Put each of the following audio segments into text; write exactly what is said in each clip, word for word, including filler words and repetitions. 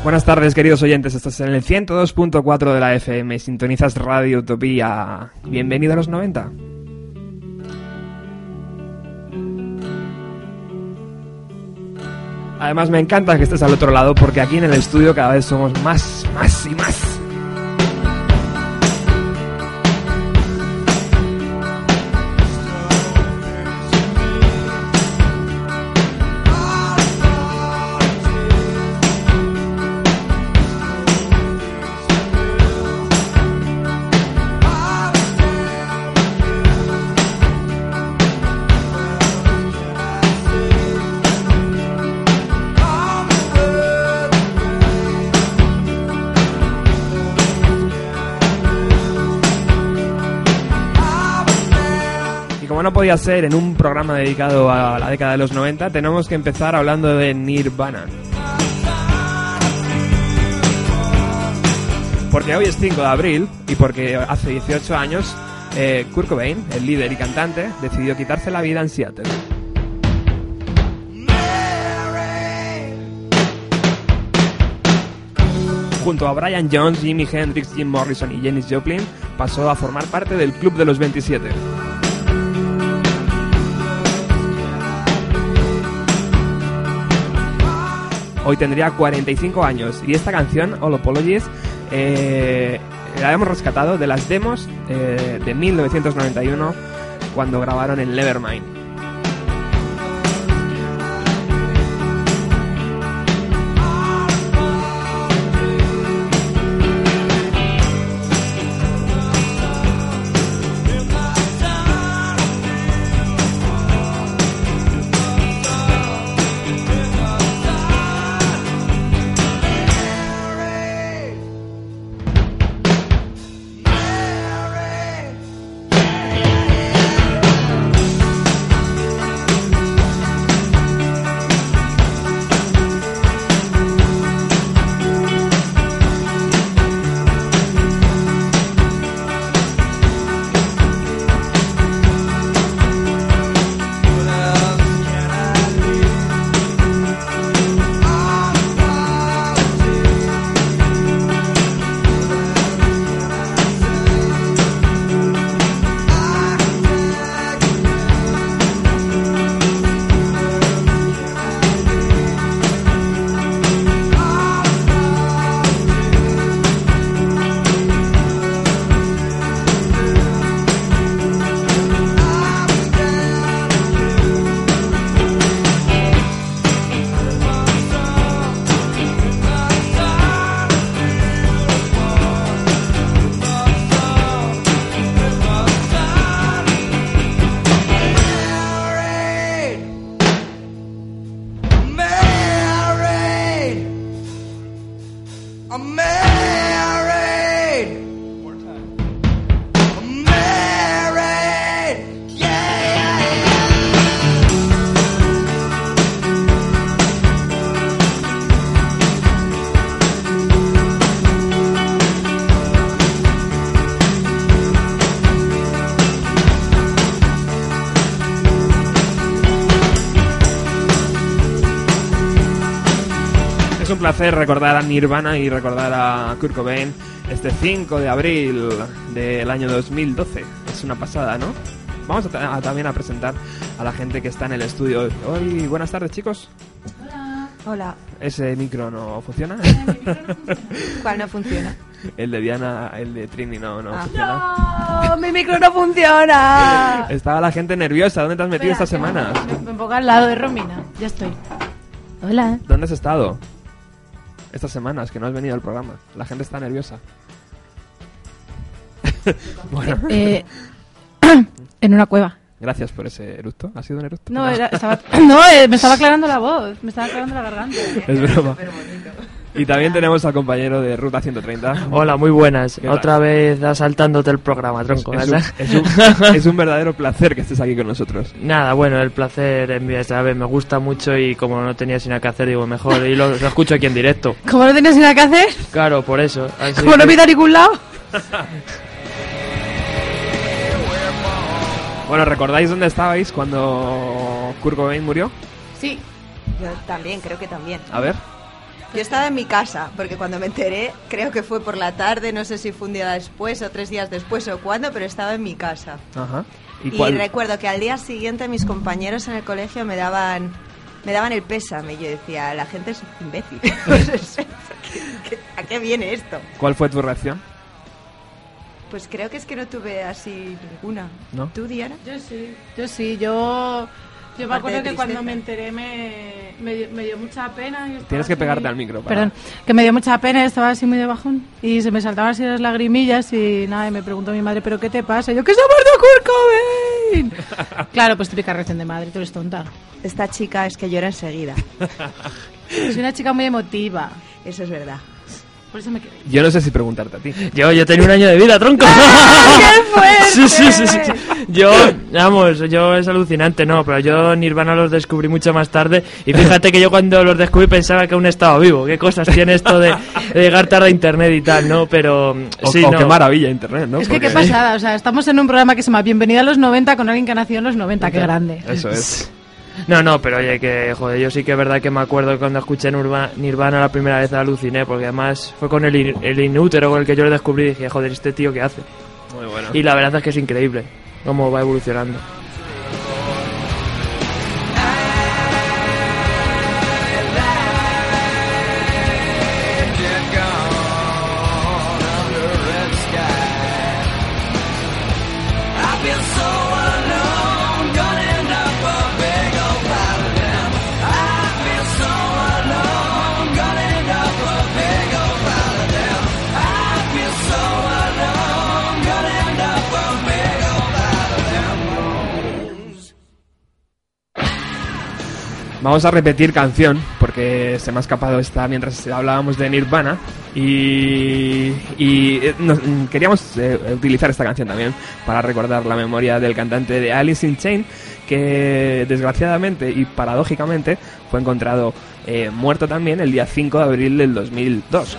Buenas tardes, queridos oyentes. Estás en el ciento dos punto cuatro de la F M. Sintonizas Radio Utopía. Bienvenido a los noventa. Además, me encanta que estés al otro lado porque aquí en el estudio cada vez somos más, más y más. No podía ser en un programa dedicado a la década de los noventa, tenemos que empezar hablando de Nirvana. Porque hoy es cinco de abril y porque hace dieciocho años eh, Kurt Cobain, el líder y cantante, decidió quitarse la vida en Seattle. Junto a Brian Jones, Jimi Hendrix, Jim Morrison y Janis Joplin, pasó a formar parte del Club de los veintisiete. Hoy tendría cuarenta y cinco años y esta canción, All Apologies, eh, la hemos rescatado de las demos eh, de mil novecientos noventa y uno cuando grabaron el Nevermind. Un placer recordar a Nirvana y recordar a Kurt Cobain este cinco de abril del año dos mil doce. Es una pasada, ¿no? Vamos a, a, también a presentar a la gente que está en el estudio hoy. Buenas tardes, chicos. Hola. Hola. ¿Ese micro no funciona? ¿Cuál no funciona? El de Diana, el de Trini no, no ah. funciona. ¡No! ¡Mi micro no funciona! Estaba la gente nerviosa. ¿Dónde te has metido Espera, estas semanas? Me, me pongo al lado de Romina. Ya estoy. Hola. ¿Dónde has estado? Estas semanas que no has venido al programa. La gente está nerviosa. Bueno. Eh, en una cueva. Gracias por ese eructo. ¿Ha sido un eructo? No, era, estaba, no eh, me estaba aclarando la voz. Me estaba aclarando la garganta. Es broma. Y también tenemos al compañero de Ruta ciento treinta. Hola, muy buenas. Otra vez asaltándote el programa, tronco. Es, es, un, es, un, es un verdadero placer que estés aquí con nosotros. Nada, bueno, el placer es mío, ¿sabes? Me gusta mucho y como no tenía sin nada que hacer, digo, mejor. Y lo, lo escucho aquí en directo. ¿Cómo no tenías nada que hacer? Claro, por eso. ¿Cómo no me a ningún lado? Bueno, ¿recordáis dónde estabais cuando Kurt Cobain murió? Sí. Yo también, creo que también. A ver. Yo estaba en mi casa, porque cuando me enteré, creo que fue por la tarde, no sé si fue un día después o tres días después o cuándo, pero estaba en mi casa. Ajá. Y, ¿Y, cuál? y recuerdo que al día siguiente mis compañeros en el colegio me daban me daban el pésame. Yo decía, la gente es imbécil. ¿A qué viene esto? ¿Cuál fue tu reacción? Pues creo que es que no tuve así ninguna. ¿No? ¿Tú, Diana? Yo sí, yo sí, yo... Yo me Aparte acuerdo de que cuando tristeza. me enteré me, me, dio- me dio mucha pena. Yo estaba Tienes que así- pegarte al micro. Para... Perdón, que me dio mucha pena, estaba así muy de bajón y se me saltaban así las lagrimillas y nada, y me preguntó mi madre, ¿pero qué te pasa? Y yo, ¡que se ha muerto Kurt Cobain! Claro, pues típica reacción de madre, tú eres tonta. Esta chica es que llora enseguida. Soy una chica muy emotiva, Eso es verdad. por eso me quedé. Yo no sé si preguntarte a ti. Yo, yo tenía un año de vida, tronco. Sí, sí, sí, sí. Yo, vamos, yo es alucinante, no, pero yo Nirvana los descubrí mucho más tarde y fíjate que yo cuando los descubrí pensaba que aún estaba vivo. Qué cosas tiene esto de, de llegar tarde a internet y tal, ¿no? Pero O, sí, o no. qué maravilla internet, ¿no? Es que Porque- qué pasada, o sea, estamos en un programa que se llama Bienvenida a los noventa con alguien que nació en los noventa, qué grande. Eso es. No, no, pero oye, que joder, yo sí que es verdad que me acuerdo que cuando escuché Nirva- Nirvana la primera vez aluciné, porque además fue con el, in- el inútero con el que yo lo descubrí y dije, joder, ¿este tío qué hace? Muy bueno. Y la verdad es que es increíble cómo va evolucionando. Vamos a repetir canción, porque se me ha escapado esta mientras hablábamos de Nirvana. Y, y eh, nos- mm, queríamos eh, utilizar esta canción también para recordar la memoria del cantante de Alice in Chains, que desgraciadamente y paradójicamente fue encontrado eh, muerto también el día cinco de abril del dos mil dos.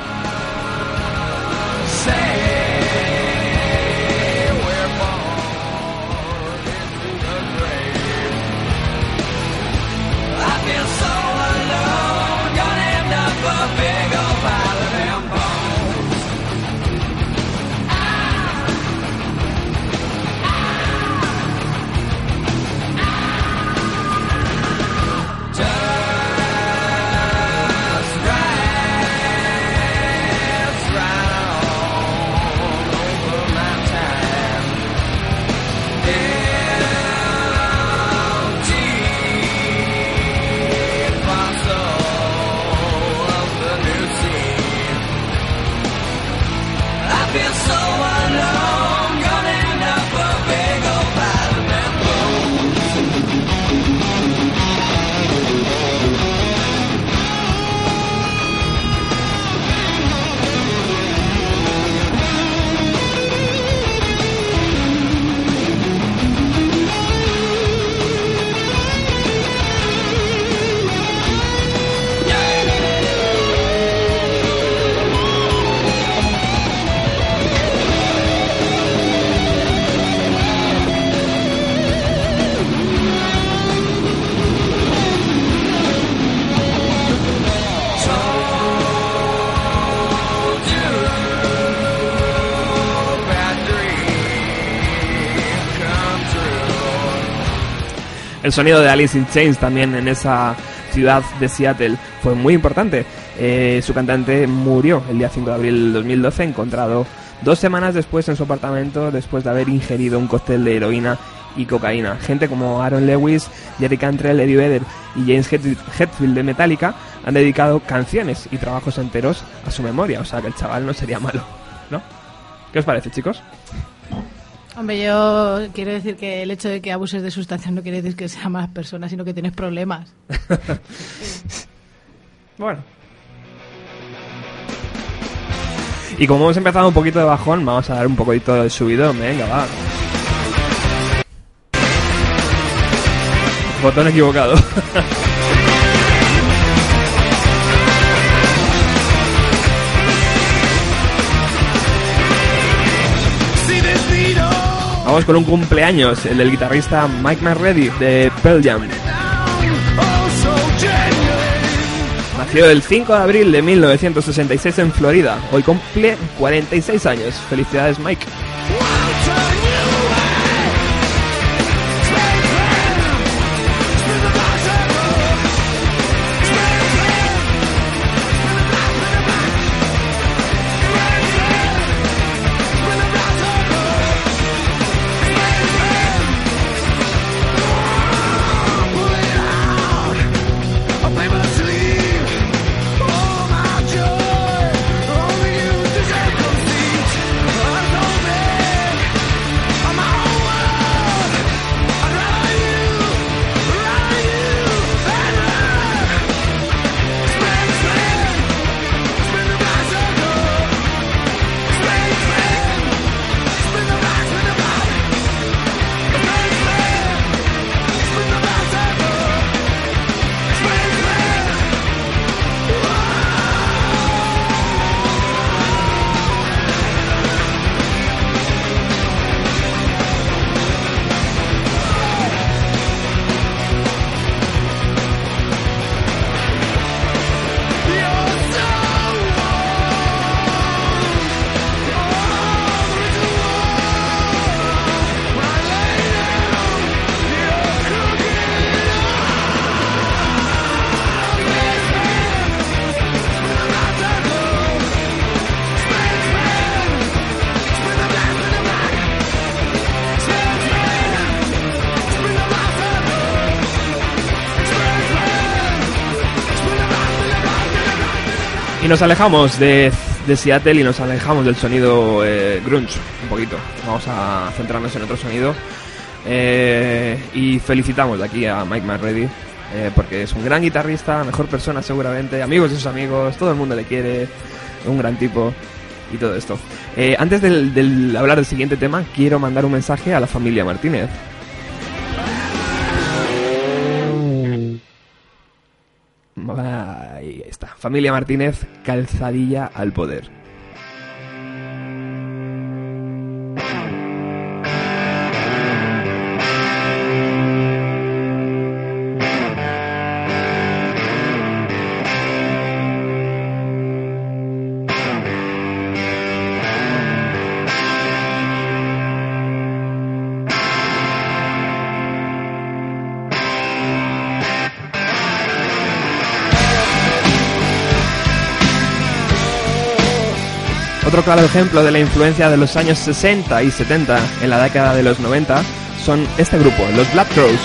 El sonido de Alice in Chains también en esa ciudad de Seattle fue muy importante. Eh, su cantante murió el día cinco de abril del dos mil doce, encontrado dos semanas después en su apartamento después de haber ingerido un cóctel de heroína y cocaína. Gente como Aaron Lewis, Jerry Cantrell, Eddie Vedder y James Het- Hetfield de Metallica han dedicado canciones y trabajos enteros a su memoria. O sea que el chaval no sería malo, ¿no? ¿Qué os parece, chicos? Hombre, yo quiero decir que el hecho de que abuses de sustancias no quiere decir que seas mala persona, sino que tienes problemas. Bueno. Y como hemos empezado un poquito de bajón, vamos a dar un poquito de subidón. Venga, va. Botón equivocado. Vamos con un cumpleaños, el del guitarrista Mike McReady de Pearl Jam. Nació el cinco de abril de mil novecientos sesenta y seis en Florida. Hoy cumple cuarenta y seis años. Felicidades, Mike. Y nos alejamos de, de Seattle y nos alejamos del sonido eh, grunge un poquito. Vamos a centrarnos en otro sonido. Eh, y felicitamos de aquí a Mike McReady, eh, porque es un gran guitarrista, mejor persona seguramente, amigos de sus amigos, todo el mundo le quiere, un gran tipo y todo esto. Eh, antes del, del hablar del siguiente tema, quiero mandar un mensaje a la familia Martínez. Ahí está. Familia Martínez, calzadilla al poder. Otro claro ejemplo de la influencia de los años sesenta y setenta en la década de los noventa son este grupo, los Black Crowes.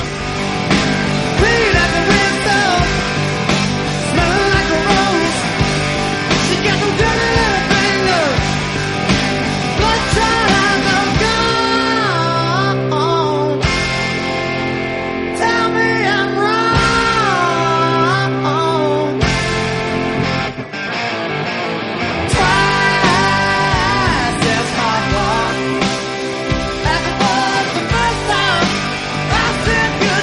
Good.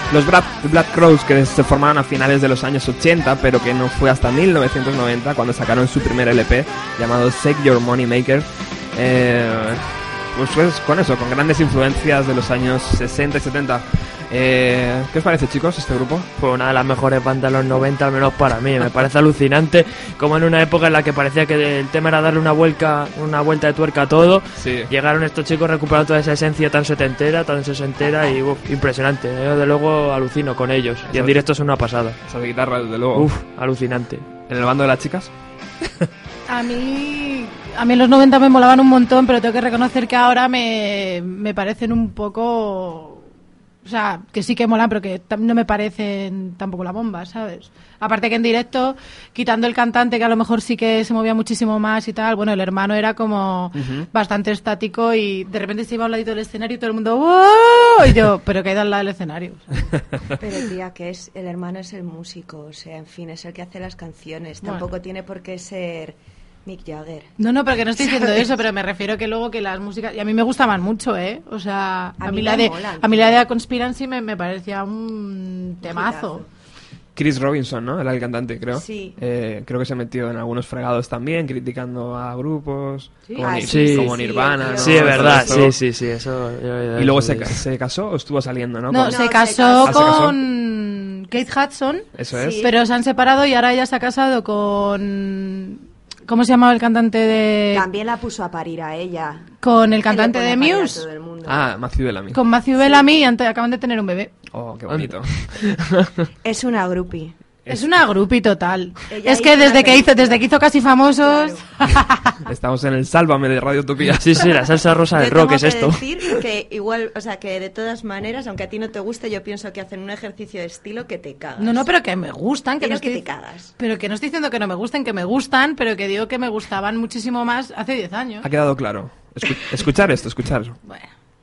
Los Black, Black Crowes, que se formaron a finales de los años ochenta, pero que no fue hasta mil novecientos noventa cuando sacaron su primer L P llamado Shake Your Money Maker. Eh, pues, pues con eso, con grandes influencias de los años sesenta y setenta. Eh, ¿Qué os parece, chicos, este grupo? Fue una de las mejores bandas de los noventa, al menos para mí. Me parece alucinante como en una época en la que parecía que el tema era darle una vuelta, una vuelta de tuerca a todo. Sí. Llegaron estos chicos, recuperaron toda esa esencia tan setentera, tan sesentera y uf, impresionante. Yo de luego alucino con ellos. Y en directo es una pasada. Esa guitarra, desde luego. Uf, alucinante. ¿En el bando de las chicas? A mí, a mí en los noventa me molaban un montón, pero tengo que reconocer que ahora me, me parecen un poco... O sea, que sí que molan, pero que no me parecen tampoco la bomba, ¿sabes? Aparte que en directo, quitando el cantante, que a lo mejor sí que se movía muchísimo más y tal, bueno, el hermano era como uh-huh. bastante estático y de repente se iba a un ladito del escenario y todo el mundo ¡wow! Y yo, pero que ha ido al lado del escenario. Pero tía, que es el hermano es el músico, o sea, en fin, es el que hace las canciones. Bueno. Tampoco tiene por qué ser... Mick Jagger. No, no, pero que no estoy diciendo eso, pero me refiero que luego que las músicas... Y a mí me gustaban mucho, ¿eh? O sea, a, a mí, la de, molan, a mí la de A Conspiracy me, me parecía un temazo. Chris Robinson, ¿no? Era el cantante, creo. Sí. Eh, creo que se metió en algunos fregados también, criticando a grupos, ¿Sí? como, ah, ni, sí, como sí, Nirvana, sí, ¿no? Sí, es verdad, Esto. sí, sí, sí, eso... Yo, y luego se, se casó o estuvo saliendo, ¿no? No, Con... se, no casó se casó. con Kate Hudson. Eso es. Sí. Pero se han separado y ahora ella se ha casado con... ¿Cómo se llamaba el cantante de...? También la puso a parir a ella. Con el cantante de Muse. Muse. Ah, Matthew Bellamy. Con Matthew Bellamy y ante- acaban de tener un bebé. Oh, qué bonito. Es una groupie. Es una groupie total. Ella Es que hizo desde una que hizo, película. desde que hizo Casi Famosos... Estamos en el Sálvame de Radio Utopía. Sí, sí, la salsa rosa del Yo rock tengo es que esto. decir que igual, o sea, que de todas maneras, aunque a ti no te guste, yo pienso que hacen un ejercicio de estilo que te cagas. No, no, pero que me gustan. Que Pero no que estoy- te cagas. Pero que no estoy diciendo que no me gusten, que me gustan, pero que digo que me gustaban muchísimo más hace diez años. Ha quedado claro. Escu- escuchar esto, escuchar. Bueno.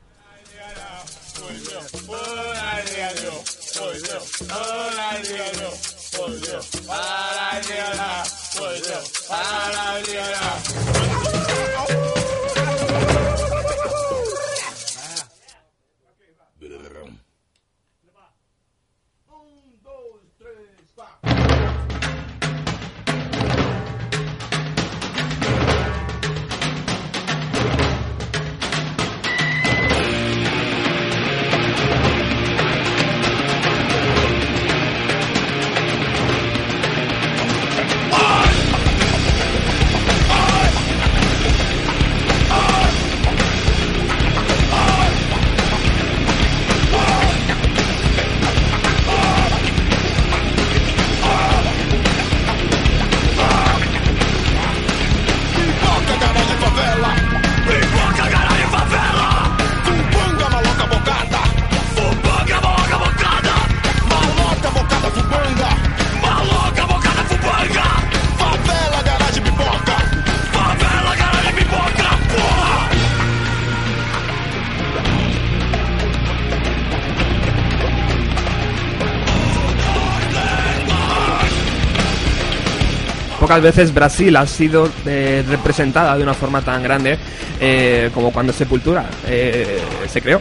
Pocas veces Brasil ha sido eh, representada de una forma tan grande eh, como cuando Sepultura eh, se creó.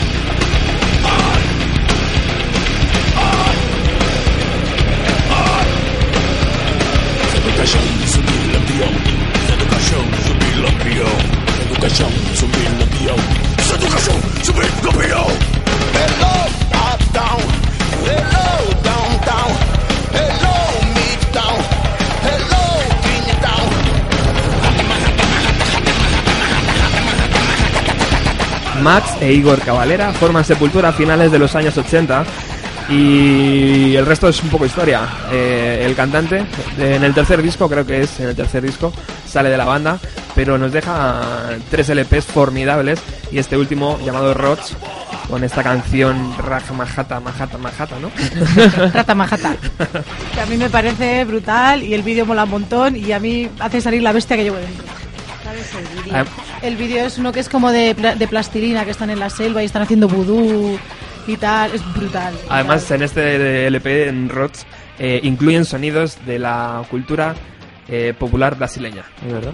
Max e Igor Cavalera forman Sepultura a finales de los años ochenta y el resto es un poco historia. Eh, el cantante eh, en el tercer disco, creo que es en el tercer disco, sale de la banda, pero nos deja tres L Pes formidables y este último llamado Roach, con esta canción Raj Mahata Mahata Mahata, ¿no? Rata Majata. Que a mí me parece brutal y el vídeo mola un montón y a mí hace salir la bestia que llevo dentro. ¿Sabes el vídeo? Ah, El vídeo es uno que es como de, pla- de plastilina, que están en la selva y están haciendo vudú y tal. Es brutal. Además, brutal. en este L P, en Roach, eh, incluyen sonidos de la cultura eh, popular brasileña. ¿Es verdad?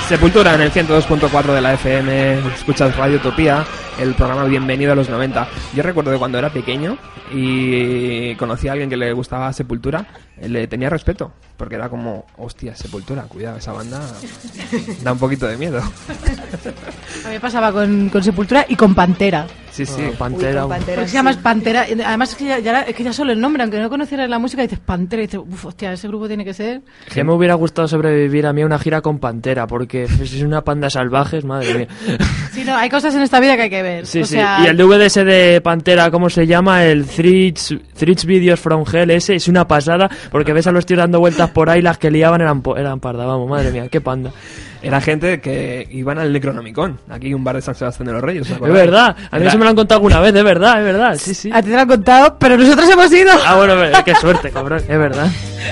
Sepultura en el ciento dos punto cuatro de la F M, escuchas Radio Utopía, el programa Bienvenido a los noventa. Yo recuerdo que cuando era pequeño y conocí a alguien que le gustaba Sepultura, le tenía respeto, porque era como, hostia, Sepultura, cuidado, esa banda da un poquito de miedo. A mí me pasaba con, con Sepultura y con Pantera. Sí, sí, oh, Pantera. Uy, Pantera Porque sí. se llama Pantera. Además, es que ya, ya, es que ya solo el nombre, aunque no conocieras la música, dices Pantera y dices, uff, hostia, ese grupo tiene que ser. Que me hubiera gustado sobrevivir a mí a una gira con Pantera, porque es una panda salvajes, madre mía. Sí, no, hay cosas en esta vida que hay que ver. Sí, o sí. sea, Y el D V D ese de Pantera, ¿cómo se llama? El Threads, Threads Videos from Hell, ese es una pasada, porque ves a los tíos dando vueltas por ahí, las que liaban eran, po- eran parda, vamos, madre mía, qué panda. era gente que iban al Necronomicon, aquí un bar de San Sebastián de los Reyes. ¿os Es acordáis? verdad, a mí Era- eso me lo han contado alguna vez, es verdad, es verdad, sí, sí. A ti te lo han contado, pero nosotros hemos ido. Ah, bueno, qué suerte, cabrón, es verdad.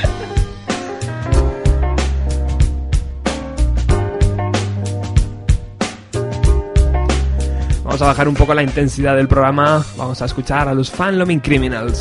Vamos a bajar un poco la intensidad del programa. Vamos a escuchar a los Fan Loving Criminals.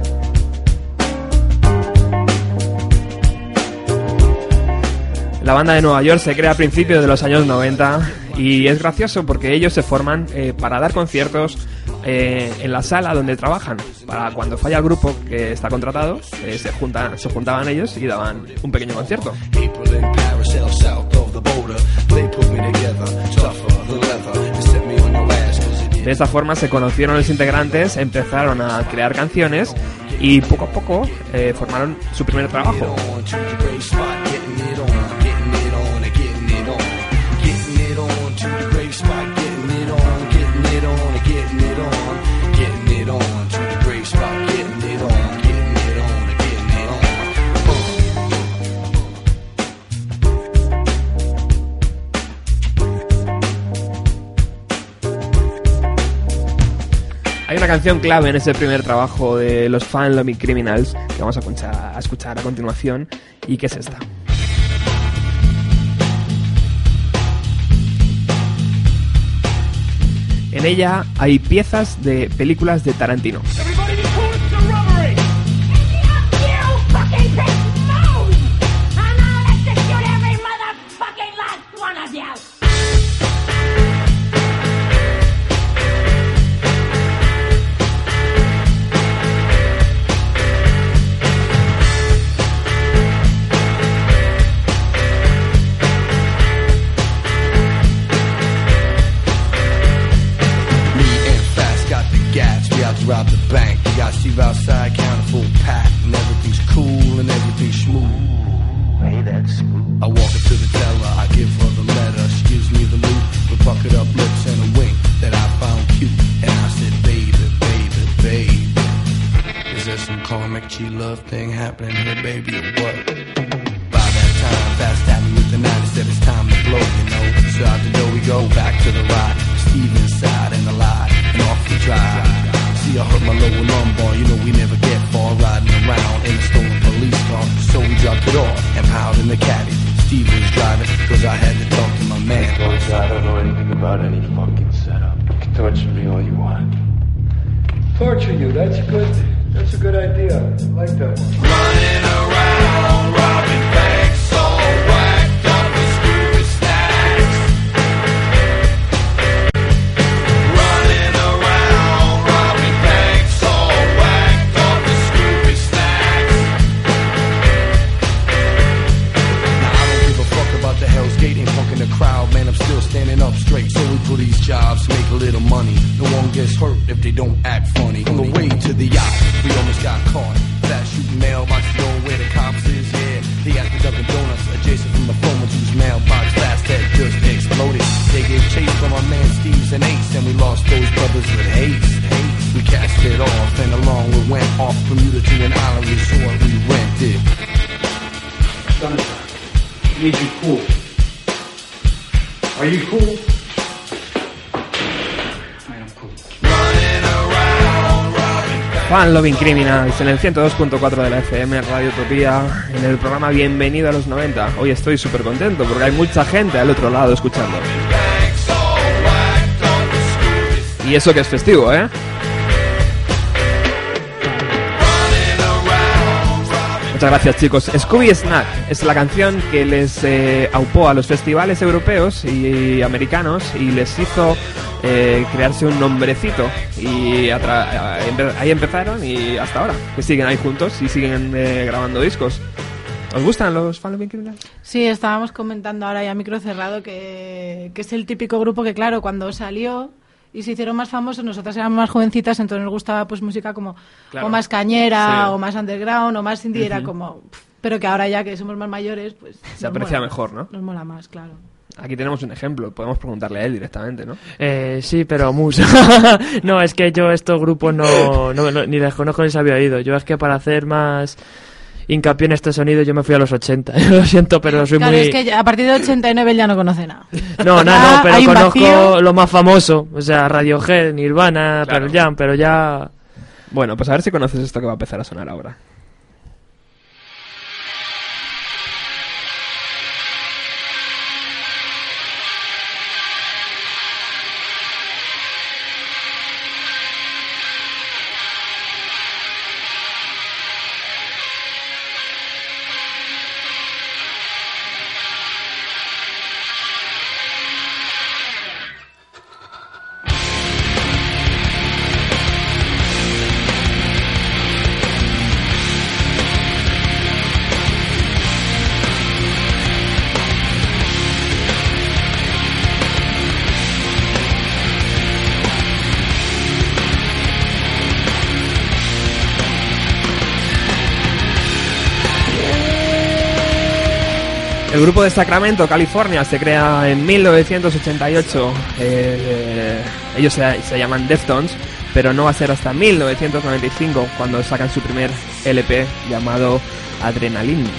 La banda de Nueva York se crea a principios de los años noventa y es gracioso porque ellos se forman eh, para dar conciertos eh, en la sala donde trabajan. Para cuando falla el grupo que está contratado, eh, se, juntan, se juntaban ellos y daban un pequeño concierto. People in Paris, hell south of the border. They put me together, tougher than leather. They set me on your ass 'cause it De esta forma se conocieron los integrantes, empezaron a crear canciones y poco a poco eh, formaron su primer trabajo. on to the great spot, getting it on, getting it on, and getting it on, getting it on to the great spot, getting it on, getting it on, and getting it on, getting it on to the great spot, getting it on, getting it on, and getting it on. Hay una canción clave en ese primer trabajo de los Fan Loving Criminals que vamos a escuchar, a escuchar a continuación, y que es esta. En ella hay piezas de películas de Tarantino. Rob the bank. We got Steve outside, counting full pack, and everything's cool and everything's smooth. Hey, that's smooth. I walk up to the teller, I give her the letter. She gives me the loot with puckered up lips and a wink that I found cute. And I said, baby, baby, baby, is there some karmic G love thing happening here, baby, or what? By that time, fast at me with the nine, said it's time to blow, you know. So out the door we go, back to the ride. Steve inside and the lie, and off we drive. I hurt my lower lumbar, you know we never get far riding around in a stolen police car. So we dropped it off and piled in the caddy. Steve was driving, cause I had to talk to my man. Folks, I don't know anything about any fucking setup. You can torture me all you want. Torture you, that's a good, that's a good idea. I like that one. Running around, robbing banks, all whacked up with stupid snacks. Running around, robbing banks, all whacked up with stupid snacks. Now I don't give a fuck about the Hell's Gate, ain't punking the crowd, man, I'm still standing up straight. So we put these jobs, make a little money. No one gets hurt if they don't act funny. On the way to the yacht, we almost got caught. Fast shooting mailbox, going where the cops is, yeah. He asked for Dunkin' Donuts, adjacent from the phone whose mailbox fast had just exploded. They gave chase from our man Steve's and Ace, and we lost those brothers with haste. haste. We cast it off, and along we went off Bermuda to an island resort we rented. Sunshine, I need you cool. Are you cool? I am cool. Running around, robbing banks. Fan Loving Criminals en el ciento dos punto cuatro de la F M, Radio Utopía, en el programa Bienvenido a los noventa. Hoy estoy súper contento porque hay mucha gente al otro lado escuchando. Banks all whacked up with stupid Y eso que es festivo, ¿eh? running around, robbing Muchas gracias, chicos. Scooby Snack es la canción que les eh, aupó a los festivales europeos y americanos y les hizo eh, crearse un nombrecito. Y atra- ahí empezaron y hasta ahora, que siguen ahí juntos y siguen eh, grabando discos. ¿Os gustan los Halloween Criminals? Sí, estábamos comentando ahora ya a micro cerrado que, que es el típico grupo que, claro, cuando salió y se hicieron más famosos, nosotras éramos más jovencitas, entonces nos gustaba pues música como Claro. o más cañera, Sí. o más underground, o más indie, Ujú. era como... pff, pero que ahora ya que somos más mayores, pues... Se nos aprecia mola mejor, más, ¿no? Nos mola más, claro. Aquí tenemos un ejemplo, podemos preguntarle a él directamente, ¿no? Eh, sí, pero mus. No, es que yo estos grupos no, no, no ni les conozco ni les había oído. Yo es que para hacer más hincapié en este sonido yo me fui a los ochenta. Lo siento, pero soy Claro, muy... es que ya- a partir de ochenta y nueve él ya no conoce nada. No, no, Ya no, pero hay un conozco vacío. lo más famoso. O sea, Radiohead, Nirvana, Claro. Pearl Jam, pero ya... Bueno, pues a ver si conoces esto que va a empezar a sonar ahora. El grupo de Sacramento, California, se crea en mil novecientos ochenta y ocho. Eh, ellos se, se llaman Deftones, pero no va a ser hasta mil novecientos noventa y cinco cuando sacan su primer L P llamado Adrenaline.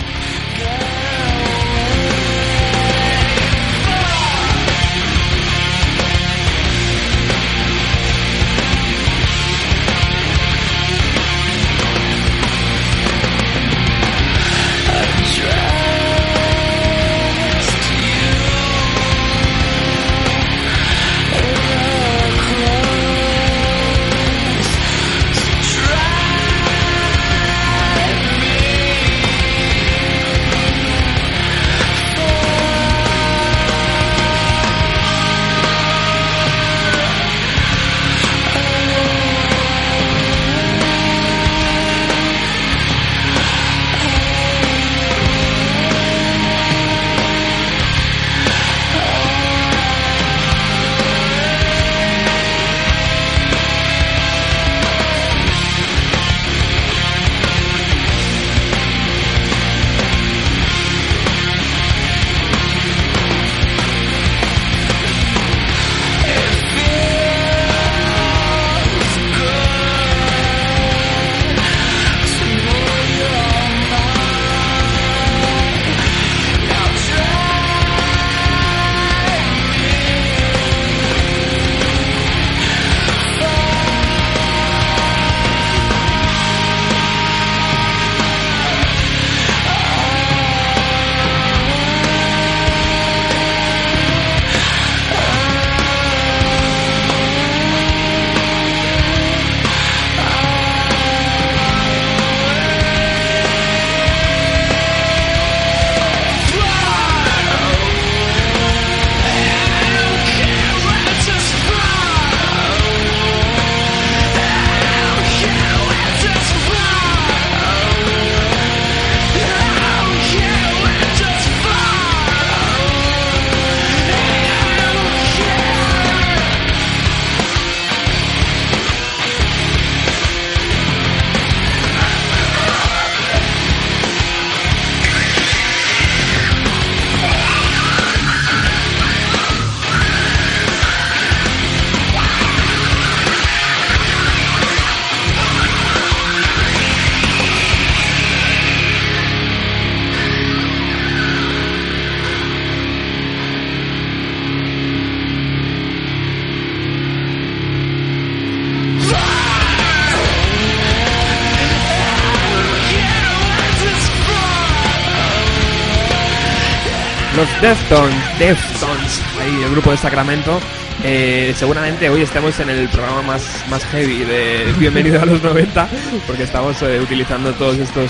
Los Deftones, Deftones, ahí el grupo de Sacramento. Eh, seguramente hoy estamos en el programa más, más heavy de Bienvenido a los noventa, porque estamos eh, utilizando todos estos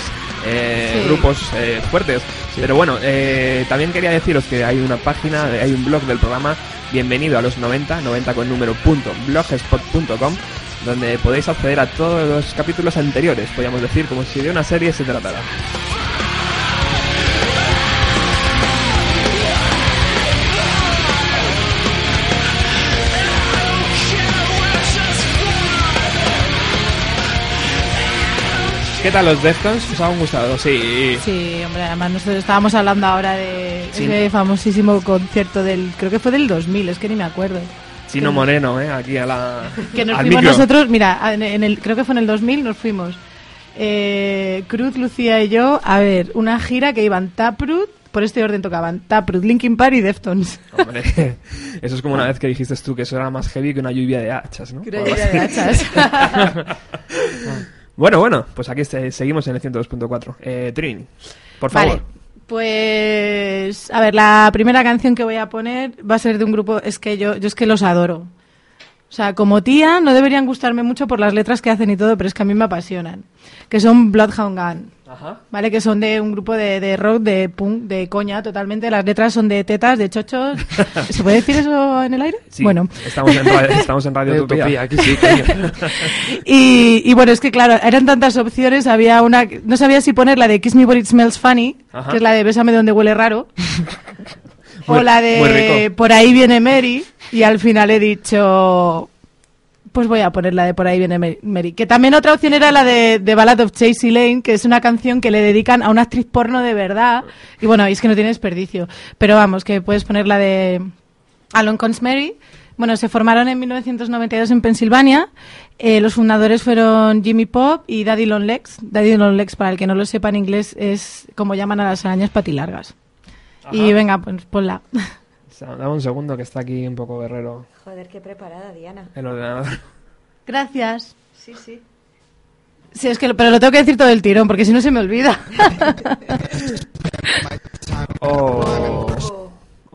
eh, Sí. grupos eh, fuertes. Pero bueno, eh, también quería deciros que hay una página, hay un blog del programa, Bienvenido a los noventa, noventa con número punto blogspot punto com, donde podéis acceder a todos los capítulos anteriores, podríamos decir, como si de una serie se tratara. ¿Qué tal los Deftones? ¿Os han gustado? Sí. Sí, hombre, además nosotros estábamos hablando ahora de Sí. ese famosísimo concierto del, creo que fue del dos mil, es que ni me acuerdo. Chino Moreno, ¿eh? Aquí a la... Que nos al fuimos micro. nosotros, mira, en en el, creo que fue en el dos mil, nos fuimos eh, Cruz, Lucía y yo a ver una gira que iban Taproot, por este orden tocaban Taproot, Linkin Park y Deftones. Hombre, eso es como una vez que dijiste tú que eso era más heavy que una lluvia de hachas, ¿no? Que una lluvia de hachas. Bueno, bueno, pues aquí se- seguimos en el ciento dos punto cuatro. Eh, Trini, por favor. Vale, pues a ver, la primera canción que voy a poner va a ser de un grupo, es que yo, yo es que los adoro. O sea, como tía no deberían gustarme mucho por las letras que hacen y todo, pero es que a mí me apasionan. Que son Bloodhound Gun. Ajá. ¿Vale? Que son de un grupo de, de rock, de punk, de coña, totalmente. Las letras son de tetas, de chochos. ¿Se puede decir eso en el aire? Sí, Bueno. estamos en, ra- estamos en Radio Radio Utopía. Utopía, aquí sí, coño. Y, y bueno, es que claro, eran tantas opciones. Había una... No sabía si poner la de Kiss Me But It Smells Funny, Ajá. que es la de Bésame donde huele raro. Muy- o la muy de rico. Por ahí viene Mary. Y al final he dicho... Pues voy a poner la de Por ahí viene Mary- Mary. Que también otra opción era la de, de Ballad of Chasey Lane, que es una canción que le dedican a una actriz porno de verdad. Y bueno, y es que no tiene desperdicio. Pero vamos, que puedes poner la de Along Comes Mary. Bueno, se formaron en mil novecientos noventa y dos en Pensilvania. Eh, los fundadores fueron Jimmy Pop y Daddy Long Legs. Daddy Long Legs, para el que no lo sepa en inglés, es como llaman a las arañas patilargas. Ajá. Y venga, pues ponla. Dame un segundo que está aquí un poco guerrero Joder, qué preparada, Diana. el ordenador. Gracias. Sí, sí. Sí, es que, lo- pero lo tengo que decir todo el tirón, porque si no se me olvida. Oh. Oh.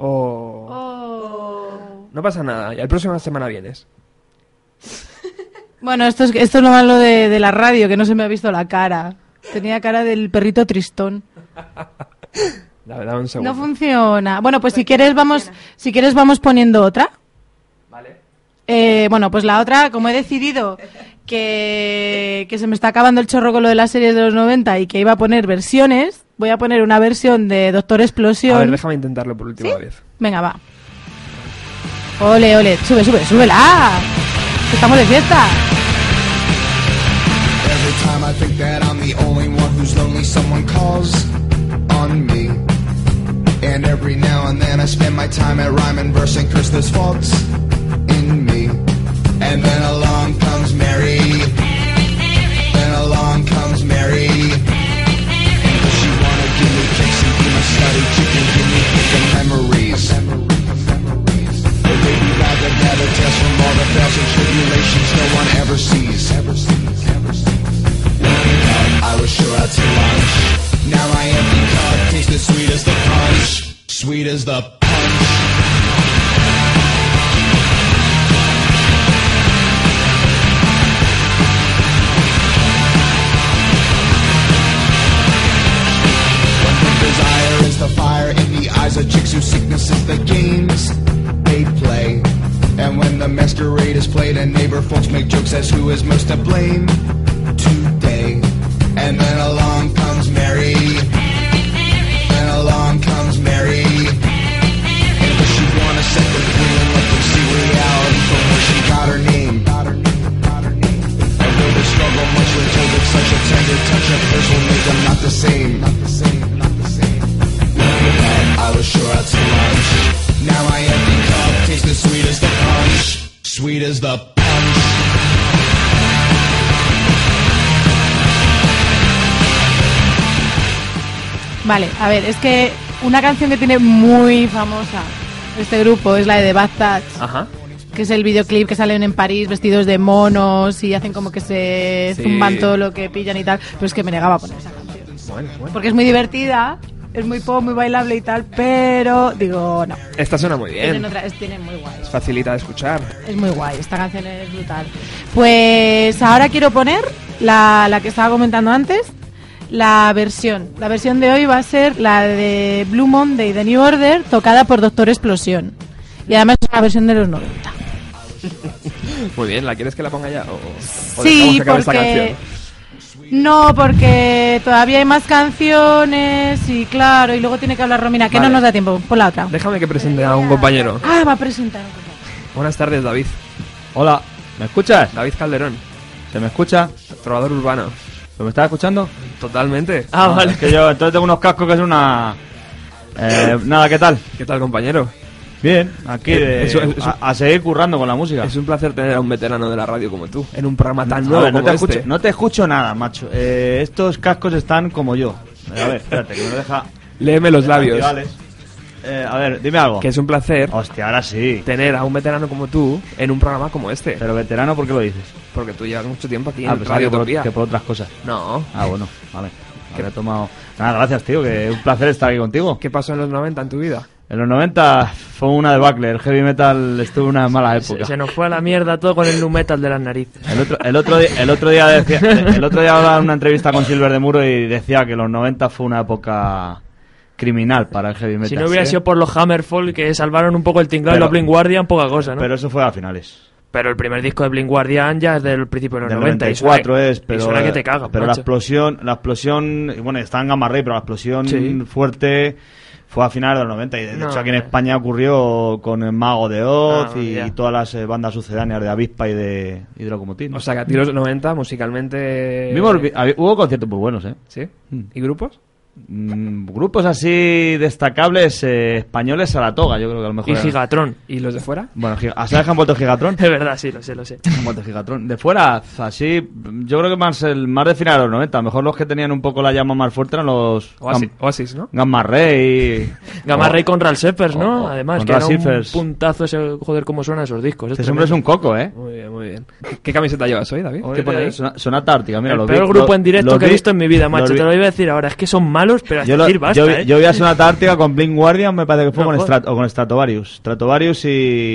Oh. No pasa nada, ya el próxima semana vienes. Bueno, esto es, esto es lo malo de, de la radio, que no se me ha visto la cara. Tenía cara del perrito tristón. Dame, dame un segundo. No funciona. Bueno, pues si quieres vamos, si quieres vamos poniendo otra. Vale. Eh, bueno, pues la otra, como he decidido que, que se me está acabando el chorro con lo de las series de los noventa y que iba a poner versiones, voy a poner una versión de Doctor Explosión. A ver, déjame intentarlo por última vez. Venga, va. Ole, ole, sube, sube, súbela. Estamos de fiesta. Every time I think that I'm the only one who's lonely, someone calls on me. And every now and then I spend my time at rhyme and verse and curse those faults in me. And then along comes Mary. Then along comes Mary. And does she wanna give me kicks and be my study chicken, give me pickin' memories. Or maybe rather gather tales from all the fails and tribulations no one ever sees. Ever sees, ever sees. I was sure out to lunch. Now my empty cup tastes as sweet as the punch. Sweet as the punch. Desire is the fire in the eyes of chicks whose sickness is the games they play. And when the masquerade is played and neighbor folks make jokes as who is most to blame today. And then along comes Mary. Then along comes Mary. And does she wanna set them free and let them see reality from where she got her name? And though they struggle much when told that such a tender touch of hers will make them not the same. Not the same, not the same. I was sure out to lunch. Now my empty cup tastes as sweet as the punch. Sweet as the punch. Vale, a ver, es que una canción que tiene muy famosa este grupo es la de The Bad Touch, Ajá. que es el videoclip que salen en París vestidos de monos y hacen como que se Sí. zumban todo lo que pillan y tal, pero es que me negaba a poner esa canción. Bueno, bueno. Porque es muy divertida, es muy pop, muy bailable y tal, pero digo, no. Esta suena muy Tienen bien. otra, es, tienen muy guay. Es facilita de escuchar. Es muy guay, esta canción es brutal. Pues ahora quiero poner la, la que estaba comentando antes, la versión. La versión de hoy va a ser la de Blue Monday de New Order, tocada por Doctor Explosión. Y además es una versión de los noventa. Muy bien, ¿la quieres que la ponga ya? ¿O, o Sí, dejamos que acabe esta porque... canción? No, porque todavía hay más canciones y claro, y luego tiene que hablar Romina, que Vale. no nos da tiempo. Pon la otra. Déjame que presente a un compañero. Ah, va a presentar un compañero. Buenas tardes, David. Hola, ¿me escuchas? David Calderón, ¿Se me escucha? trovador urbano. ¿Me estás escuchando? Totalmente. Ah, vale. Es que yo entonces tengo unos cascos que es una... Eh, nada, ¿qué tal? ¿Qué tal, compañero? Bien, aquí de- Eso- eso- a, a seguir currando con la música. Es un placer tener a un veterano de la radio como tú, en un programa tan A nuevo ver, no como te, este. escucho, no te escucho nada, macho. Eh, estos cascos están como yo. A ver, espérate, que me lo deja... Léeme los labios. Vale. Eh, a ver, dime algo. Que es un placer Hostia, ahora sí. tener a un veterano como tú en un programa como este. Pero veterano, ¿por qué lo dices? Porque tú llevas mucho tiempo aquí Ah, en pensaba Radio que por, Utopía. que por otras cosas. No. Ah, bueno, vale. Que he tomado... Nada, gracias, tío, que es un placer estar aquí contigo. ¿Qué pasó en los noventa en tu vida? En los noventa fue una debacle, el heavy metal estuvo en una mala Se, época. se nos fue a la mierda todo con el nu metal de las narices. El otro, el otro, di- el otro día decía, el otro día hablaba en una entrevista con Silver de Muro y decía que los noventa fue una época criminal para el heavy metal. Si no hubiera ¿sí? sido por los Hammerfall que salvaron un poco el tinglado y Pero- los Blind Guardian, poca cosa, ¿no? Pero eso fue a finales. Pero el primer disco de Blind Guardian ya es del principio de los Del noventa. noventa y cuatro y suena, es, pero, y suena que te cagas, pero la macho. explosión, la explosión, y bueno, está en Gamma Ray, pero la explosión Sí. fuerte fue a finales de los noventa y de No, hecho aquí en no. España ocurrió con el Mago de Oz Ah, y, ya. y todas las eh, bandas sucedáneas de Avispa y de, y de Locomotiv, ¿no? O sea, que a ti los noventa musicalmente... Vimos- vi- había- hubo conciertos muy buenos, ¿eh? ¿Sí? Mm. ¿Y grupos? Mm, grupos así destacables eh, españoles, Saratoga, yo creo que a lo mejor Y era- Gigatron. ¿Y los de fuera? Bueno, Giga- ¿sabes que han vuelto Gigatron? Es verdad, sí, lo sé, lo sé. Han vuelto Gigatron. De fuera, así, yo creo que más el más de finales de los noventa. A lo mejor los que tenían un poco la llama más fuerte eran los Oasis, Gam- Oasis, ¿no? Gamma Ray. Gamma Oh, Ray con Ral Seppers, ¿no? oh, Además, con que Ral era un Seppers. puntazo ese, joder, cómo suenan esos discos. Este hombre es un coco, ¿eh? Muy bien, muy bien. ¿Qué camiseta llevas hoy, David? ¿Qué pone ahí? Sona- Sonata Ártica, mira, El los peor vi- grupo lo- en directo los que he vi- visto en mi vida, los macho. vi- Te lo iba a decir ahora. Es que son malos, pero Yo, hasta lo- decir basta, yo, ¿eh? yo vi a Sonata Ártica con Blink Guardian, me parece que fue No, con, joder. Strat- o con Stratovarius. Stratovarius y,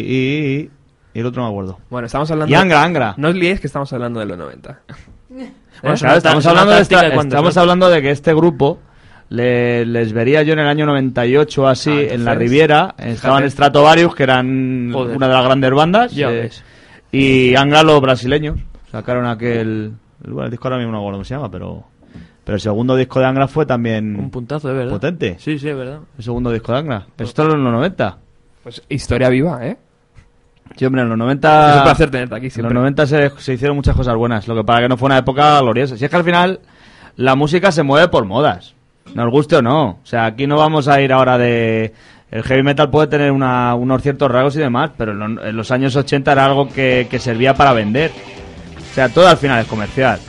y, y- y el otro no me acuerdo. Bueno, estamos hablando... Y Angra, Angra. No os liéis que estamos hablando de los noventa. Bueno, Claro, Sonata- estamos Sonata hablando de Ártica, esta- ¿de cuándo? estamos Sonata- hablando de que este grupo le- les vería yo en el año noventa y ocho así Ah, en entonces, la Riviera. Estaban fíjate. Stratovarius, que eran Joder. una de las grandes bandas, Ya eh, ves. y Angra, los brasileños. Sacaron aquel... Bueno, el disco ahora mismo no me acuerdo cómo se llama, pero... Pero el segundo disco de Angra fue también Un puntazo, de verdad. potente. Sí, sí, es verdad. El segundo disco de Angra. Esto era en los noventa. Pues historia viva, ¿eh? Sí, hombre, en los noventa... Es un placer tenerte aquí En siempre. los noventa se, se hicieron muchas cosas buenas, lo que para que no fue una época gloriosa. Si es que al final la música se mueve por modas, nos guste o no. O sea, aquí no vamos a ir ahora de... El heavy metal puede tener una- unos ciertos rasgos y demás, pero en, lo- en los años ochenta era algo que, que servía para vender. O sea, todo al final es comercial.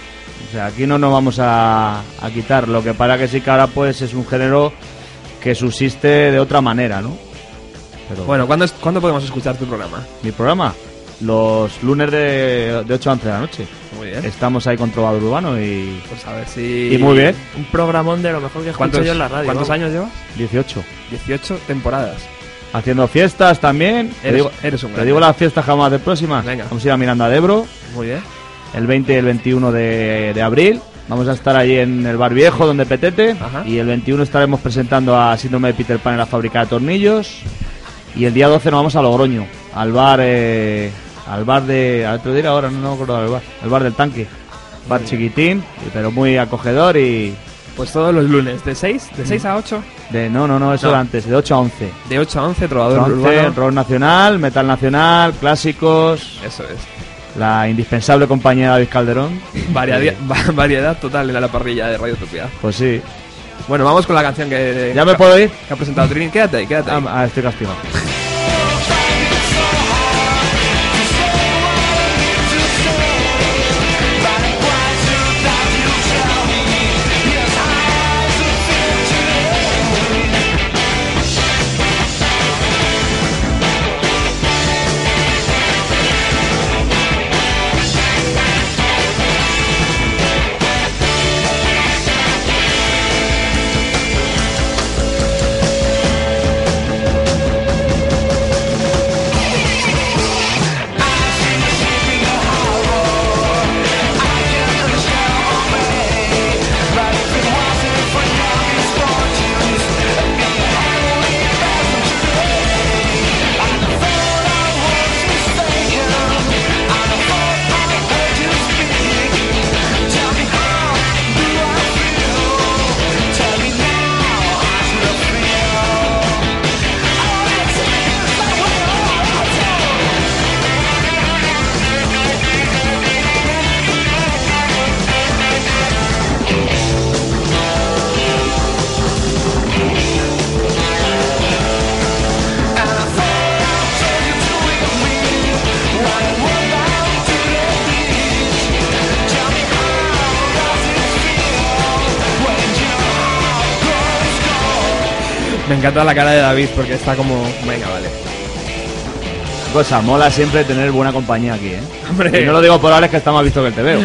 O sea, aquí no nos vamos a, a quitar. Lo que para que sí que ahora pues es un género que subsiste de otra manera, ¿no? Pero Bueno, ¿cuándo, es- ¿cuándo podemos escuchar tu programa? mi programa, los lunes de, de ocho a once de la noche. Muy bien. Estamos ahí con Trovador Urbano y Pues a ver si... Y muy bien. Un programón de lo mejor que escucho ¿Cuántos, yo en la radio. ¿cuántos vamos. años llevas? dieciocho. dieciocho temporadas. Haciendo fiestas también. Te Eres- digo, eres un te grande. digo las fiestas jamás de próximas. Venga. Vamos a ir a Miranda de Ebro Muy bien. el veinte y el veintiuno de, de abril. Vamos a estar allí en el Bar Viejo, donde Petete. Ajá. Y el veintiuno estaremos presentando a Síndrome de Peter Pan en la fábrica de tornillos. Y el día doce nos vamos a Logroño, al bar, eh, al bar de... Al otro día ahora, no, no me acuerdo del bar. El bar del tanque. Bar chiquitín, pero muy acogedor y... Pues todos los lunes, de seis, de seis a ocho, De, no, no, no, eso No. era antes, de ocho a once. de ocho a once, trovador once, urbano. rock nacional, metal nacional, clásicos, Eso es. la indispensable compañía de David Calderón. Variedad, va- variedad total en la parrilla de Radio Utopía. Pues sí. Bueno, vamos con la canción que, ¿Ya me puedo ir? que ha presentado Trini. Quédate ahí, quédate ahí. Ah, ah, estoy castigado. Thank Me encanta la cara de David porque está como... Venga, vale. Cosa, mola siempre tener buena compañía aquí, ¿eh? Hombre. Y no lo digo por ahora, es que está más visto que el te veo.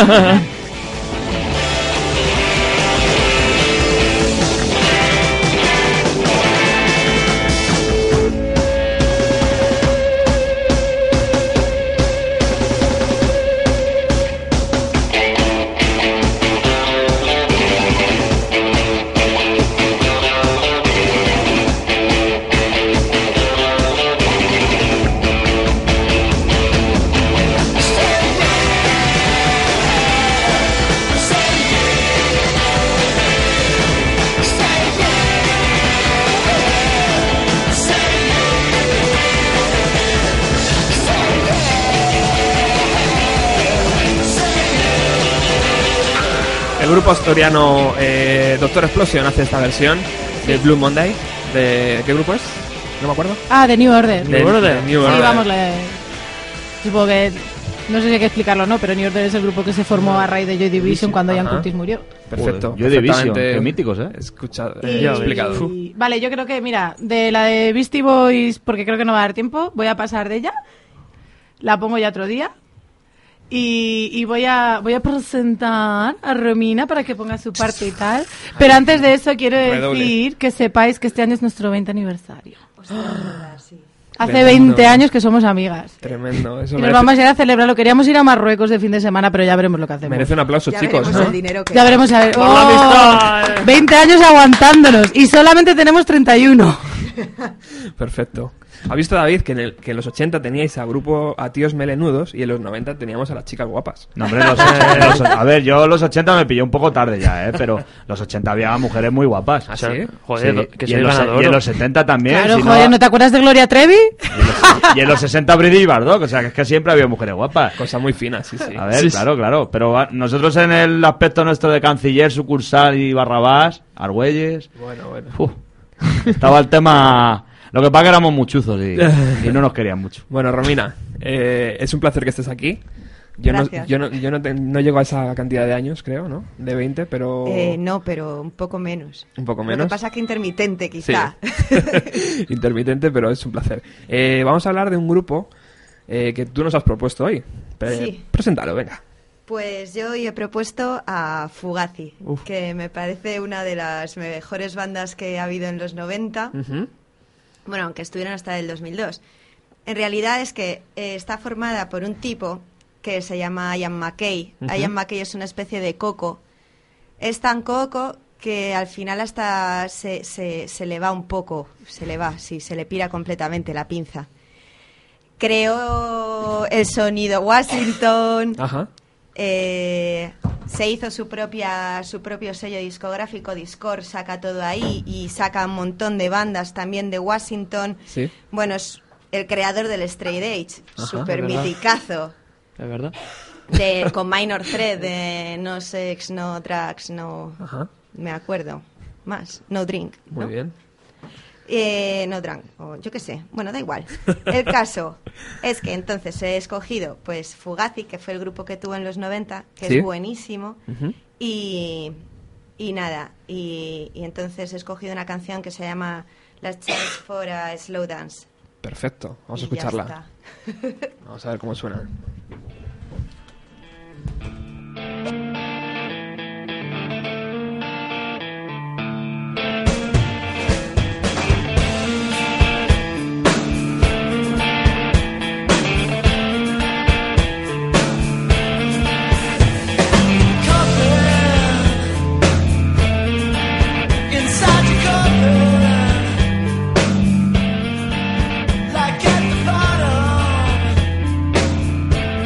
El grupo asturiano eh, Doctor Explosion hace esta versión de Blue Monday. ¿De qué grupo es? No me acuerdo. Ah, de New Order. De, New Order. de New Sí, Order. vamos, le... supongo que... No sé si hay que explicarlo o no, pero New Order es el grupo que se formó a raíz de Joy Division cuando Ian Ajá. Curtis murió. Perfecto. Joy Division, perfectamente qué míticos, ¿eh? Escuchado, Y- eh, explicado. y- Vale, yo creo que, mira, de la de Beastie Boys, porque creo que no va a dar tiempo, voy a pasar de ella. La pongo ya otro día. Y, y voy a voy a presentar a Romina para que ponga su parte y tal. Pero antes de eso quiero Redoble. decir que sepáis que este año es nuestro veinte aniversario. Ostras, es verdad, sí. Hace Tremendo. veinte años que somos amigas. Tremendo. Eso Y nos merece, vamos a ir a celebrarlo. Queríamos ir a Marruecos de fin de semana, pero ya veremos lo que hacemos. merece un aplauso, Ya chicos, veremos ¿no? el dinero que... Ya veremos a ver. Por la ¡Oh! amistad. veinte años aguantándonos y solamente tenemos treinta y uno. Perfecto. ¿Ha visto, David, que en, el, que en los ochenta teníais a grupo a tíos melenudos y en los noventa teníamos a las chicas guapas? No, hombre, los ochenta, los- a ver, yo los ochenta me pillé un poco tarde ya, ¿eh? Pero los ochenta había mujeres muy guapas. ¿Ah, O sea, sí? joder, Sí, que y, soy en los, ganador. y en los setenta también. Claro, si no- joder, ¿no te acuerdas de Gloria Trevi? y, en los, y en los sesenta Brady y Bardock, o sea, que es que siempre había mujeres guapas. Cosa muy fina, sí, sí. A ver, Sí, claro, claro. Pero ah, nosotros en el aspecto nuestro de canciller, sucursal y Barrabás, Argüelles, Bueno, bueno. uf, estaba el tema... Lo que pasa que éramos muchuzos y, y no nos querían mucho. Bueno, Romina, eh, es un placer que estés aquí. Yo no, Gracias. yo, no, yo no, te- no llego a esa cantidad de años, creo, ¿no? De veinte, pero... Eh, no, pero un poco menos. Un poco Lo menos. que pasa es que intermitente, Sí. quizá. Intermitente, pero es un placer. Eh, vamos a hablar de un grupo eh, que tú nos has propuesto hoy. Pre- Sí. Preséntalo, venga. Pues yo hoy he propuesto a Fugazi, Uf. que me parece una de las mejores bandas que ha habido en los noventa. Ujú. Bueno, aunque estuvieron hasta el dos mil dos. En realidad es que eh, está formada por un tipo que se llama Ian McKay. Ujú. Ian McKay es una especie de coco. Es tan coco que al final hasta se, se, se le va un poco, se le va, sí, se le pira completamente la pinza. Creó el sonido Washington, Ajá. eh, se hizo su propia su propio sello discográfico, Discord, saca todo ahí y saca un montón de bandas también de Washington. Sí. Bueno, es el creador del Straight Edge, Ajá, super es verdad. miticazo, ¿Es verdad? de, con Minor Threat, de no sex, no drugs, no... Ajá. me acuerdo, más, no drink. Muy ¿no? bien. Eh, no drunk, o yo qué sé, bueno, da igual. El caso es que entonces he escogido pues Fugazi, que fue el grupo que tuvo en los noventa, que Sí. es buenísimo, Ujú. y, y nada, y, y entonces he escogido una canción que se llama Last Chance for a Slow Dance. Perfecto. Vamos a Y ya escucharla. está. Vamos a ver cómo suena. Inside your cover, like at the bottom.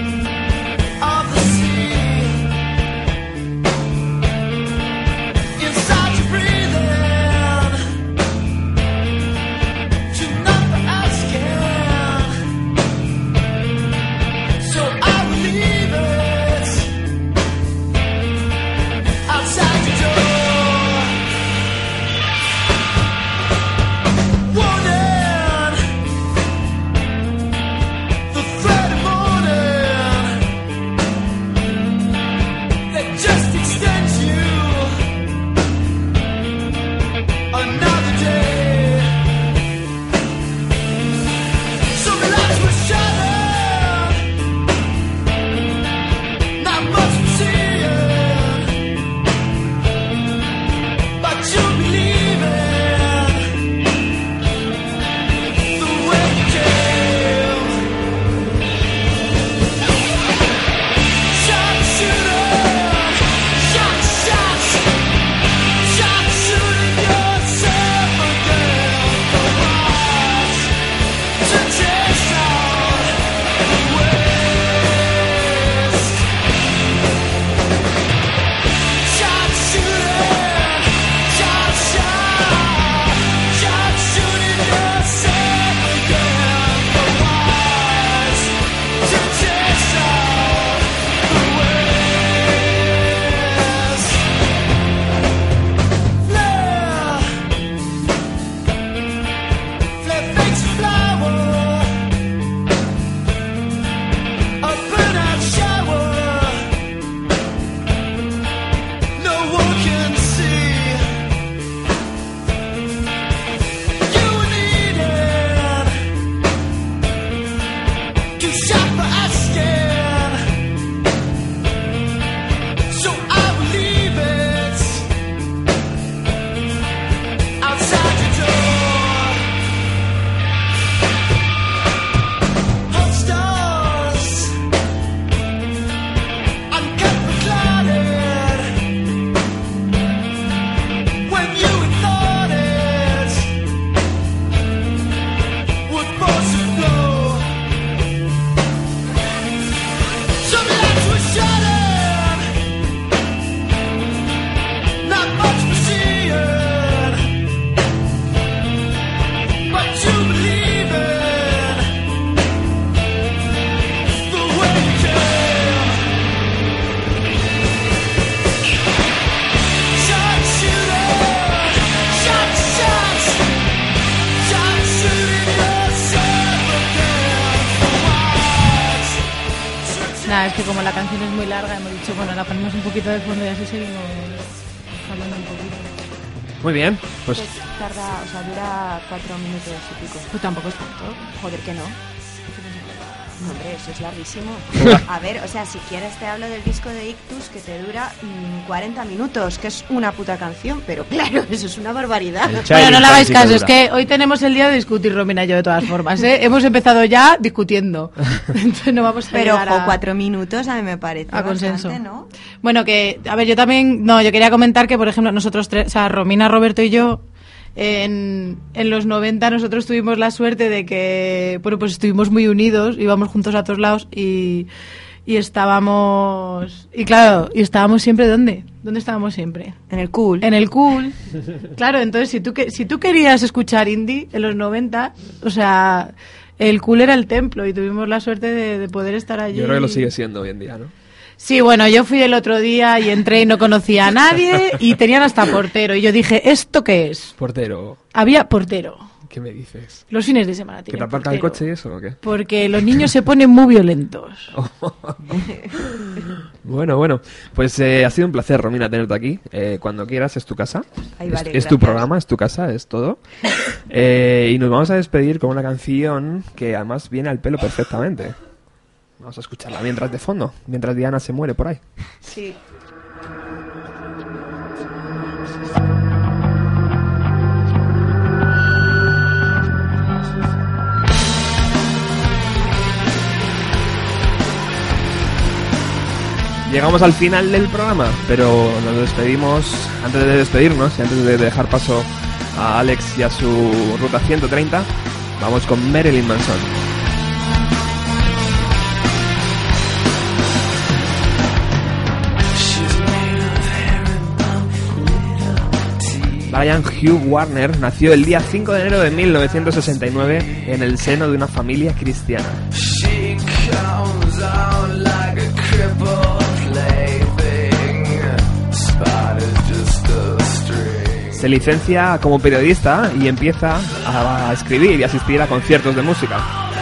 Nada, es que como la canción es muy larga, hemos dicho, bueno, la ponemos un poquito de fondo y así seguimos hablando un poquito. Muy bien, pues... Pues tarda, o sea, dura cuatro minutos y pico. Pues tampoco es tanto. Joder, que no. Hombre, eso es larguísimo. A ver, o sea, si quieres te hablo del disco de Ictus que te dura mmm, cuarenta minutos, que es una puta canción, pero claro, eso es una barbaridad. Bueno, no le hagáis caso, es que hoy tenemos el día de discutir, Romina y yo, de todas formas, ¿eh? Hemos empezado ya discutiendo, entonces no vamos a Pero llegar ojo, a... cuatro minutos a mí me parece a bastante, consenso. ¿no? Bueno, que, a ver, yo también, no, yo quería comentar que, por ejemplo, nosotros tres, o sea, Romina, Roberto y yo, En, en los noventa nosotros tuvimos la suerte de que, bueno, pues estuvimos muy unidos, íbamos juntos a todos lados y, y estábamos, y claro, y estábamos siempre, ¿dónde? ¿Dónde estábamos siempre? En el Cool. En el Cool. Claro, entonces si tú, que, si tú querías escuchar indie en los noventa, o sea, el Cool era el templo y tuvimos la suerte de, de poder estar allí. Yo creo que lo sigue siendo hoy en día, ¿no? Sí, bueno, yo fui el otro día y entré y no conocía a nadie y tenían hasta portero. Y yo dije, ¿esto qué es? Portero. Había portero. ¿Qué me dices? Los fines de semana ¿Que tienen te aparca el portero. coche y eso o qué? Porque los niños se ponen muy violentos. Bueno, bueno, pues eh, ha sido un placer, Romina, tenerte aquí. Eh, cuando quieras, es tu casa. Ay, es, vale, es tu gracias. programa, es tu casa, es todo. Eh, y nos vamos a despedir con una canción que además viene al pelo perfectamente. Vamos a escucharla mientras de fondo, mientras Diana se muere por ahí. Sí. Llegamos al final del programa, pero nos despedimos, antes de despedirnos y antes de dejar paso a Alex y a su ruta ciento treinta, vamos con Marilyn Manson. Brian Hugh Warner nació el día cinco de enero de mil novecientos sesenta y nueve en el seno de una familia cristiana. Se licencia como periodista y empieza a escribir y asistir a conciertos de música.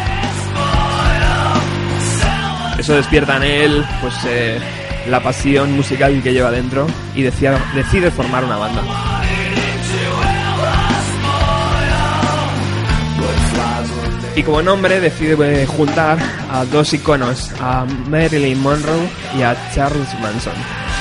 Eso despierta en él, pues, eh, la pasión musical que lleva dentro y decide, decide formar una banda. Y como nombre decide juntar a dos iconos, a Marilyn Monroe y a Charles Manson.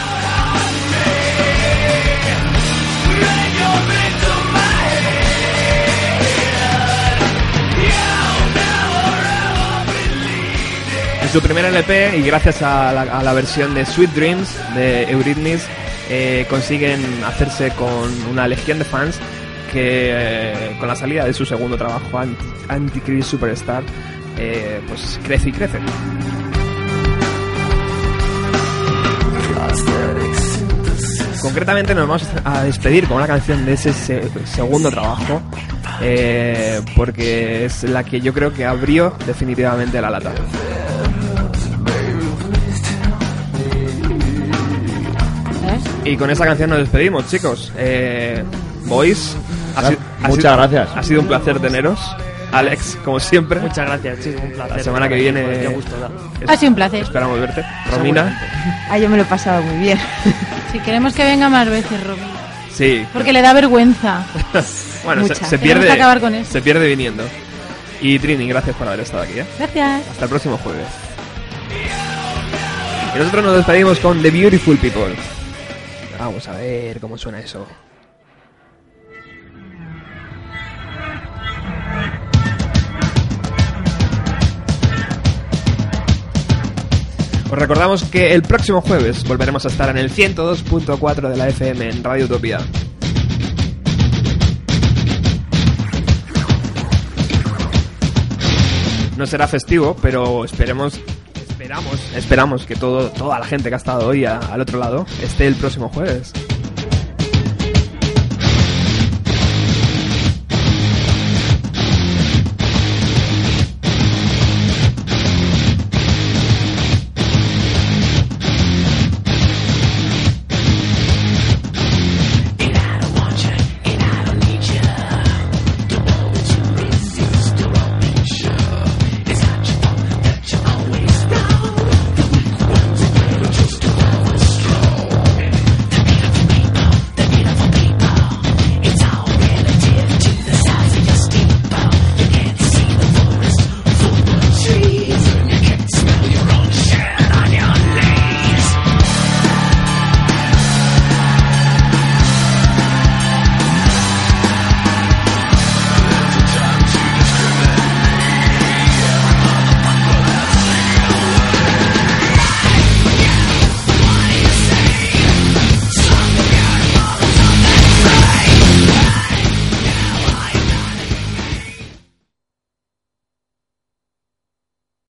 En su primer L P, y gracias a la, a la versión de Sweet Dreams de Eurythmics, eh, consiguen hacerse con una legión de fans que eh, con la salida de su segundo trabajo, Antichrist Superstar, eh, pues crece y crece. Concretamente nos vamos a despedir con una canción de ese se- segundo trabajo, eh, porque es la que yo creo que abrió definitivamente la lata. Y con esa canción nos despedimos, chicos. Eh, Boys, ha, si- ha Muchas sido- gracias. Ha sido un placer teneros. Alex, como siempre. Muchas gracias, chicos, un placer. La semana que viene Qué gusto da. es- Ha sido un placer. Esperamos verte. Romina. Ah, yo me lo he pasado muy bien. Si queremos que venga más veces, Romina. Sí. Porque le da vergüenza. Bueno, se, Mucha. se Tenemos pierde. que acabar con eso. Se pierde viniendo. Y Trini, gracias por haber estado aquí. ¿eh? Gracias. Hasta el próximo jueves. Y nosotros nos despedimos con The Beautiful People. Vamos a ver cómo suena eso. Os recordamos que el próximo jueves volveremos a estar en el ciento dos punto cuatro de la F M en Radio Utopía. No será festivo, pero esperemos, esperamos, esperamos que todo, toda la gente que ha estado hoy a- al otro lado esté el próximo jueves.